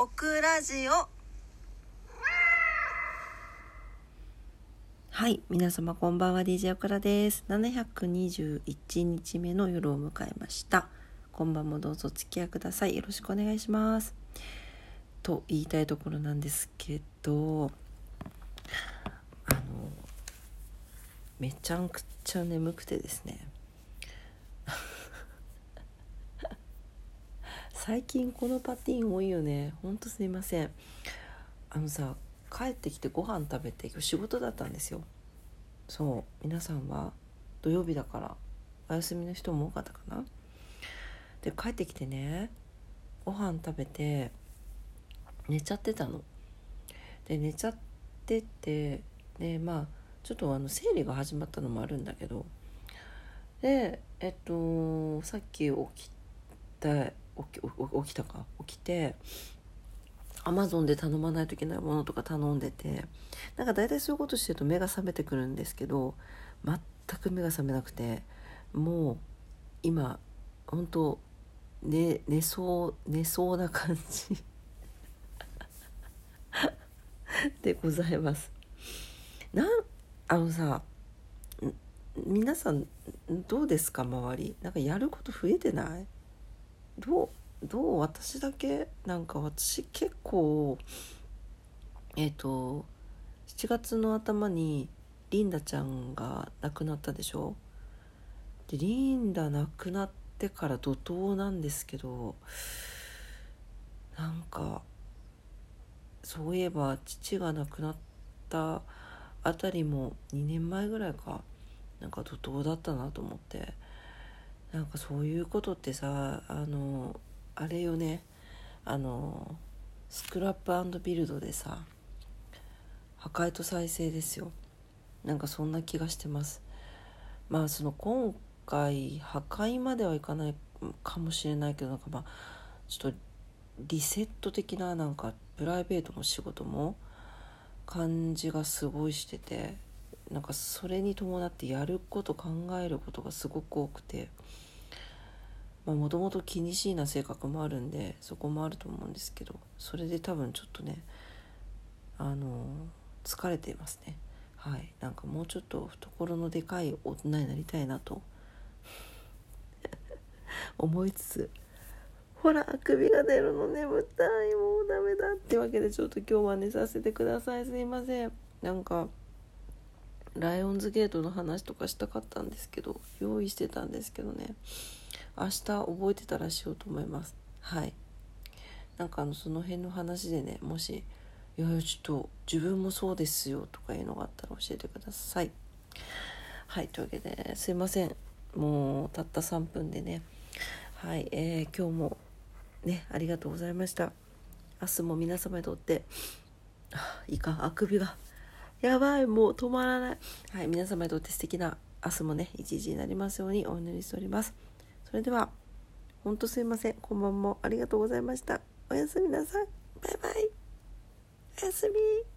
オクラジオ。はい、皆様こんばんは。 DJ オクラです。721日目の夜を迎えました。今晩もどうぞお付き合いください。よろしくお願いしますと言いたいところなんですけど、めちゃくちゃ眠くてですね最近このパティーン多いよね。ほんとすいません。帰ってきてご飯食べて、今日仕事だったんですよ。そう、皆さんは土曜日だからお休みの人も多かったかな。で、帰ってきてね、ご飯食べて寝ちゃってたの。で、寝ちゃってて、でちょっと生理が始まったのもあるんだけど、でさっき起きてアマゾンで頼まないといけないものとか頼んでて、だいたいそういうことしてると目が覚めてくるんですけど、全く目が覚めなくて、もう今本当寝そうな感じでございます。皆さんどうですか？周りやること増えてない？どう私だけ？私結構7月の頭にリンダちゃんが亡くなったでしょ。で、リンダ亡くなってから怒涛なんですけど、そういえば父が亡くなったあたりも2年前ぐらいか、怒涛だったなと思って、そういうことってさ、あれよね、スクラップ&ビルドでさ、破壊と再生ですよ。そんな気がしてます。今回破壊まではいかないかもしれないけど、ちょっとリセット的なプライベートも仕事も感じがすごいしてて、それに伴ってやること考えることがすごく多くて、もともと気にしいな性格もあるんで、そこもあると思うんですけど、それで多分ちょっとね疲れていますね。はい、もうちょっと懐のでかい大人になりたいなと思いつつ、ほら首が出るの眠たい、もうダメだってわけで、ちょっと今日は寝させてください。すいません。ライオンズゲートの話とかしたかったんですけど、用意してたんですけどね、明日覚えてたらしようと思います。はい、その辺の話でね、もしいやちょっと自分もそうですよとかいうのがあったら教えてください。はい、というわけですいません、もうたった3分でね。はい、今日もねありがとうございました。明日も皆様にとっていかん、あくびがやばい、もう止まらない。はい、皆様にとって素敵な明日もね一日になりますようにお祈りしております。それでは本当すいません、こんばんもありがとうございました。おやすみなさい。バイバイ。おやすみ。